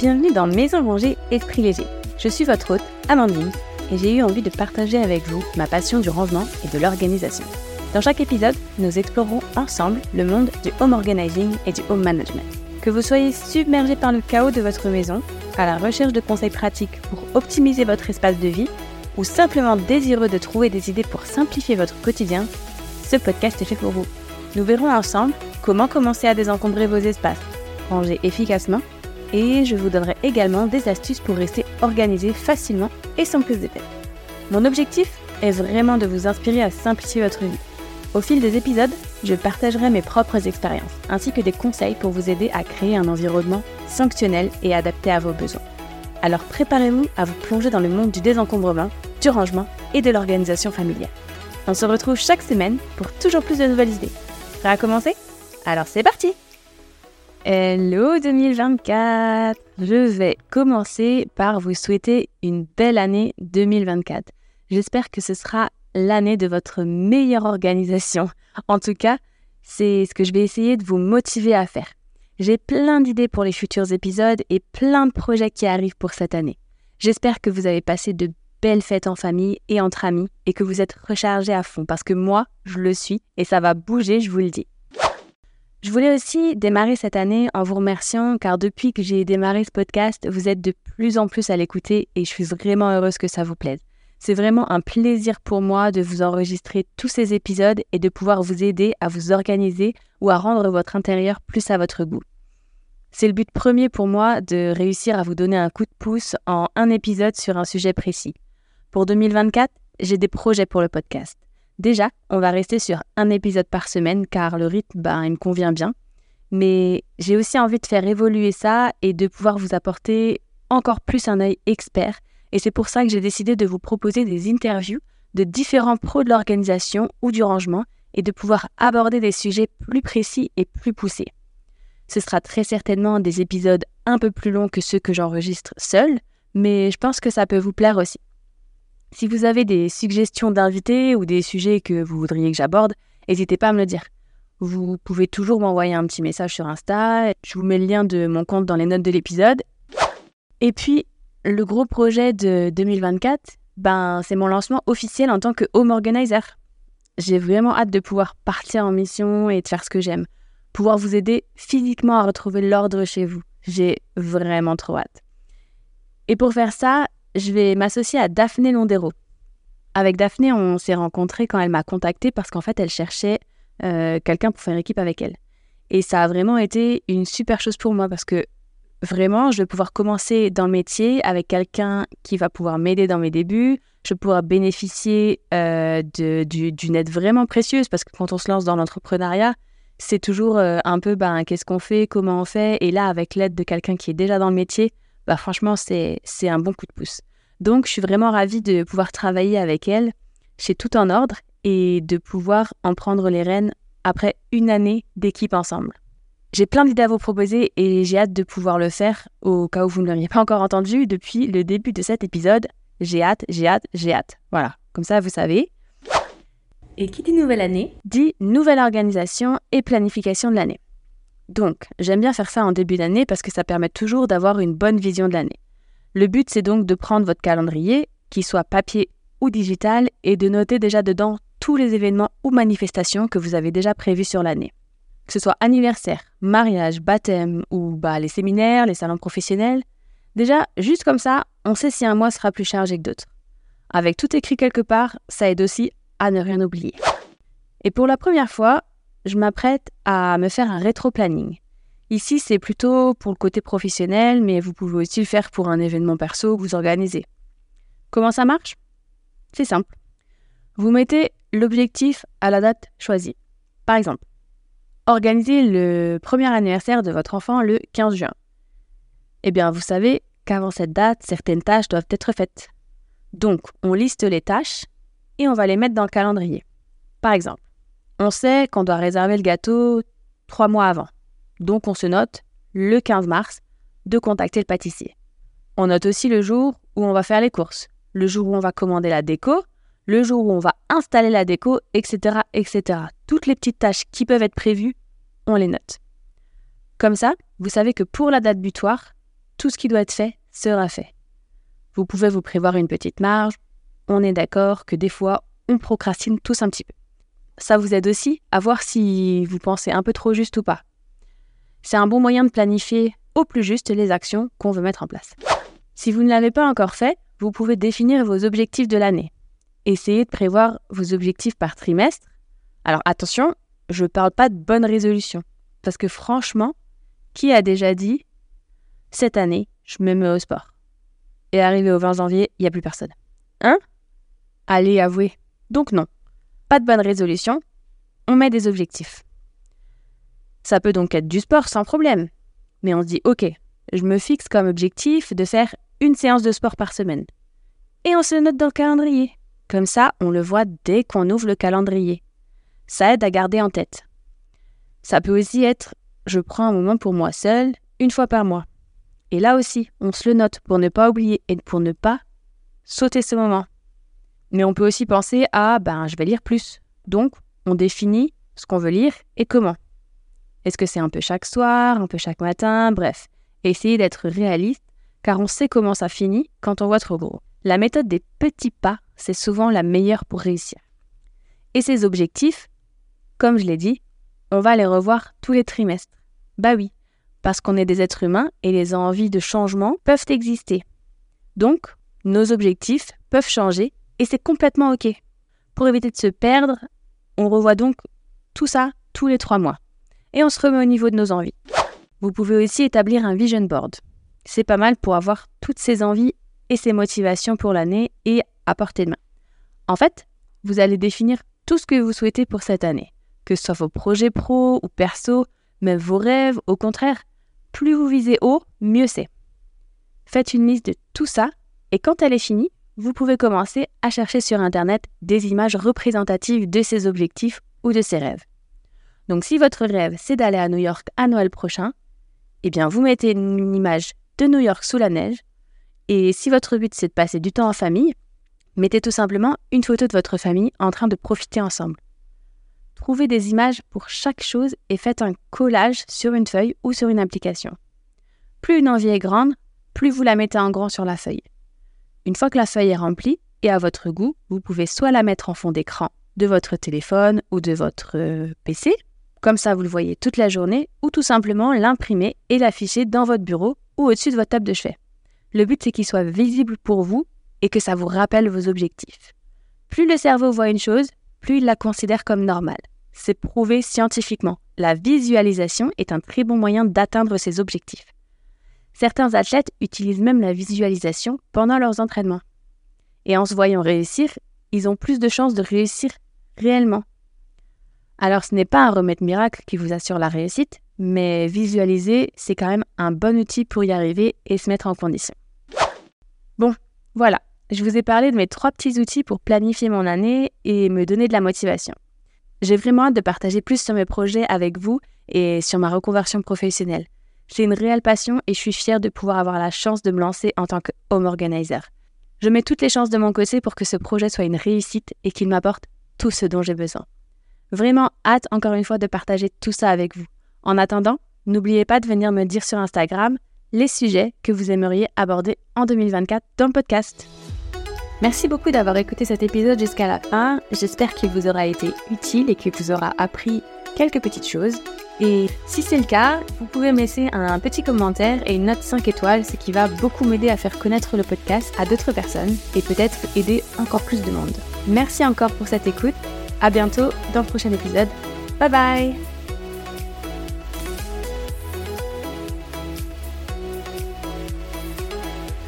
Bienvenue dans Maison Rangée Esprit Léger. Je suis votre hôte, Amandine, et j'ai eu envie de partager avec vous ma passion du rangement et de l'organisation. Dans chaque épisode, nous explorerons ensemble le monde du home organizing et du home management. Que vous soyez submergé par le chaos de votre maison, à la recherche de conseils pratiques pour optimiser votre espace de vie, ou simplement désireux de trouver des idées pour simplifier votre quotidien, ce podcast est fait pour vous. Nous verrons ensemble comment commencer à désencombrer vos espaces, ranger efficacement, et je vous donnerai également des astuces pour rester organisé facilement et sans prise de tête. Mon objectif est vraiment de vous inspirer à simplifier votre vie. Au fil des épisodes, je partagerai mes propres expériences, ainsi que des conseils pour vous aider à créer un environnement fonctionnel et adapté à vos besoins. Alors préparez-vous à vous plonger dans le monde du désencombrement, du rangement et de l'organisation familiale. On se retrouve chaque semaine pour toujours plus de nouvelles idées. Prêt à commencer ? Alors c'est parti ! Hello 2024 ! Je vais commencer par vous souhaiter une belle année 2024. J'espère que ce sera l'année de votre meilleure organisation. En tout cas, c'est ce que je vais essayer de vous motiver à faire. J'ai plein d'idées pour les futurs épisodes et plein de projets qui arrivent pour cette année. J'espère que vous avez passé de belles fêtes en famille et entre amis et que vous êtes rechargés à fond parce que moi, je le suis et ça va bouger, je vous le dis. Je voulais aussi démarrer cette année en vous remerciant car depuis que j'ai démarré ce podcast, vous êtes de plus en plus à l'écouter et je suis vraiment heureuse que ça vous plaise. C'est vraiment un plaisir pour moi de vous enregistrer tous ces épisodes et de pouvoir vous aider à vous organiser ou à rendre votre intérieur plus à votre goût. C'est le but premier pour moi de réussir à vous donner un coup de pouce en un épisode sur un sujet précis. Pour 2024, j'ai des projets pour le podcast. Déjà, on va rester sur un épisode par semaine car le rythme, il me convient bien. Mais j'ai aussi envie de faire évoluer ça et de pouvoir vous apporter encore plus un œil expert. Et c'est pour ça que j'ai décidé de vous proposer des interviews de différents pros de l'organisation ou du rangement et de pouvoir aborder des sujets plus précis et plus poussés. Ce sera très certainement des épisodes un peu plus longs que ceux que j'enregistre seul, mais je pense que ça peut vous plaire aussi. Si vous avez des suggestions d'invités ou des sujets que vous voudriez que j'aborde, n'hésitez pas à me le dire. Vous pouvez toujours m'envoyer un petit message sur Insta, je vous mets le lien de mon compte dans les notes de l'épisode. Et puis, le gros projet de 2024, c'est mon lancement officiel en tant que home organizer. J'ai vraiment hâte de pouvoir partir en mission et de faire ce que j'aime. Pouvoir vous aider physiquement à retrouver l'ordre chez vous. J'ai vraiment trop hâte. Et pour faire ça, je vais m'associer à Daphné Londero. Avec Daphné, on s'est rencontrés quand elle m'a contactée parce qu'en fait, elle cherchait quelqu'un pour faire équipe avec elle. Et ça a vraiment été une super chose pour moi parce que vraiment, je vais pouvoir commencer dans le métier avec quelqu'un qui va pouvoir m'aider dans mes débuts. Je vais pouvoir bénéficier d'une aide vraiment précieuse parce que quand on se lance dans l'entrepreneuriat, c'est toujours un peu qu'est-ce qu'on fait, comment on fait. Et là, avec l'aide de quelqu'un qui est déjà dans le métier, franchement, c'est un bon coup de pouce. Donc, je suis vraiment ravie de pouvoir travailler avec elle chez Tout en Ordre et de pouvoir en prendre les rênes après une année d'équipe ensemble. J'ai plein d'idées à vous proposer et j'ai hâte de pouvoir le faire au cas où vous ne l'auriez pas encore entendu depuis le début de cet épisode. J'ai hâte. Voilà, comme ça vous savez. Et qui dit nouvelle année, dit nouvelle organisation et planification de l'année. Donc, j'aime bien faire ça en début d'année parce que ça permet toujours d'avoir une bonne vision de l'année. Le but, c'est donc de prendre votre calendrier, qu'il soit papier ou digital, et de noter déjà dedans tous les événements ou manifestations que vous avez déjà prévus sur l'année. Que ce soit anniversaire, mariage, baptême ou les séminaires, les salons professionnels. Déjà, juste comme ça, on sait si un mois sera plus chargé que d'autres. Avec tout écrit quelque part, ça aide aussi à ne rien oublier. Et pour la première fois, je m'apprête à me faire un rétro-planning. Ici, c'est plutôt pour le côté professionnel, mais vous pouvez aussi le faire pour un événement perso que vous organisez. Comment ça marche ? C'est simple. Vous mettez l'objectif à la date choisie. Par exemple, organisez le premier anniversaire de votre enfant le 15 juin. Vous savez qu'avant cette date, certaines tâches doivent être faites. Donc, on liste les tâches et on va les mettre dans le calendrier. Par exemple, on sait qu'on doit réserver le gâteau 3 mois avant. Donc, on se note le 15 mars de contacter le pâtissier. On note aussi le jour où on va faire les courses, le jour où on va commander la déco, le jour où on va installer la déco, etc., etc. Toutes les petites tâches qui peuvent être prévues, on les note. Comme ça, vous savez que pour la date butoir, tout ce qui doit être fait sera fait. Vous pouvez vous prévoir une petite marge. On est d'accord que des fois, on procrastine tous un petit peu. Ça vous aide aussi à voir si vous pensez un peu trop juste ou pas. C'est un bon moyen de planifier au plus juste les actions qu'on veut mettre en place. Si vous ne l'avez pas encore fait, vous pouvez définir vos objectifs de l'année. Essayez de prévoir vos objectifs par trimestre. Alors attention, je ne parle pas de bonne résolution. Parce que franchement, qui a déjà dit « Cette année, je me mets au sport ». Et arrivé au 20 janvier, il n'y a plus personne. Hein ? Allez, avouez. Donc non, pas de bonne résolution, on met des objectifs. Ça peut donc être du sport sans problème. Mais on se dit « Ok, je me fixe comme objectif de faire une séance de sport par semaine. » Et on se le note dans le calendrier. Comme ça, on le voit dès qu'on ouvre le calendrier. Ça aide à garder en tête. Ça peut aussi être « Je prends un moment pour moi seule, une fois par mois. » Et là aussi, on se le note pour ne pas oublier et pour ne pas sauter ce moment. Mais on peut aussi penser à « je vais lire plus ». Donc, on définit ce qu'on veut lire et comment. Est-ce que c'est un peu chaque soir, un peu chaque matin, bref. Essayez d'être réaliste, car on sait comment ça finit quand on voit trop gros. La méthode des petits pas, c'est souvent la meilleure pour réussir. Et ces objectifs, comme je l'ai dit, on va les revoir tous les trimestres. Bah oui, parce qu'on est des êtres humains et les envies de changement peuvent exister. Donc, nos objectifs peuvent changer et c'est complètement OK. Pour éviter de se perdre, on revoit donc tout ça tous les 3 mois. Et on se remet au niveau de nos envies. Vous pouvez aussi établir un vision board. C'est pas mal pour avoir toutes ces envies et ces motivations pour l'année et à portée de main. En fait, vous allez définir tout ce que vous souhaitez pour cette année. Que ce soit vos projets pro ou perso, même vos rêves, au contraire, plus vous visez haut, mieux c'est. Faites une liste de tout ça et quand elle est finie, vous pouvez commencer à chercher sur Internet des images représentatives de ces objectifs ou de ces rêves. Donc si votre rêve, c'est d'aller à New York à Noël prochain, eh bien vous mettez une image de New York sous la neige. Et si votre but, c'est de passer du temps en famille, mettez tout simplement une photo de votre famille en train de profiter ensemble. Trouvez des images pour chaque chose et faites un collage sur une feuille ou sur une application. Plus une envie est grande, plus vous la mettez en grand sur la feuille. Une fois que la feuille est remplie et à votre goût, vous pouvez soit la mettre en fond d'écran de votre téléphone ou de votre PC, comme ça vous le voyez toute la journée, ou tout simplement l'imprimer et l'afficher dans votre bureau ou au-dessus de votre table de chevet. Le but, c'est qu'il soit visible pour vous et que ça vous rappelle vos objectifs. Plus le cerveau voit une chose, plus il la considère comme normale. C'est prouvé scientifiquement. La visualisation est un très bon moyen d'atteindre ses objectifs. Certains athlètes utilisent même la visualisation pendant leurs entraînements. Et en se voyant réussir, ils ont plus de chances de réussir réellement. Alors ce n'est pas un remède miracle qui vous assure la réussite, mais visualiser, c'est quand même un bon outil pour y arriver et se mettre en condition. Bon, voilà, je vous ai parlé de mes 3 petits outils pour planifier mon année et me donner de la motivation. J'ai vraiment hâte de partager plus sur mes projets avec vous et sur ma reconversion professionnelle. J'ai une réelle passion et je suis fière de pouvoir avoir la chance de me lancer en tant que home organizer. Je mets toutes les chances de mon côté pour que ce projet soit une réussite et qu'il m'apporte tout ce dont j'ai besoin. Vraiment hâte encore une fois de partager tout ça avec vous. En attendant, n'oubliez pas de venir me dire sur Instagram les sujets que vous aimeriez aborder en 2024 dans le podcast. Merci beaucoup d'avoir écouté cet épisode jusqu'à la fin. J'espère qu'il vous aura été utile et qu'il vous aura appris quelques petites choses. Et si c'est le cas, vous pouvez me laisser un petit commentaire et une note 5 étoiles, ce qui va beaucoup m'aider à faire connaître le podcast à d'autres personnes et peut-être aider encore plus de monde. Merci encore pour cette écoute. À bientôt dans le prochain épisode. Bye bye!